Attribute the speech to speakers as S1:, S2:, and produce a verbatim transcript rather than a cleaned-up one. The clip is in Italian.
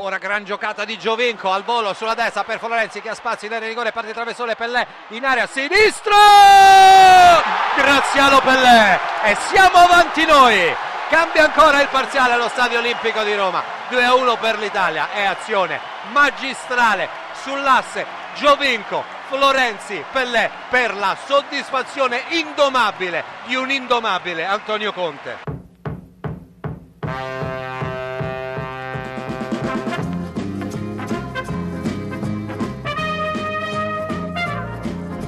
S1: Ancora gran giocata di Giovinco al volo sulla destra per Florenzi che ha spazio in area di rigore, parte di traversone Pellè in area sinistro, Graziano Pellè e siamo avanti noi. Cambia ancora il parziale allo Stadio Olimpico di Roma, due a uno per l'Italia. È azione magistrale sull'asse Giovinco, Florenzi, Pellè per la soddisfazione indomabile di un indomabile Antonio Conte.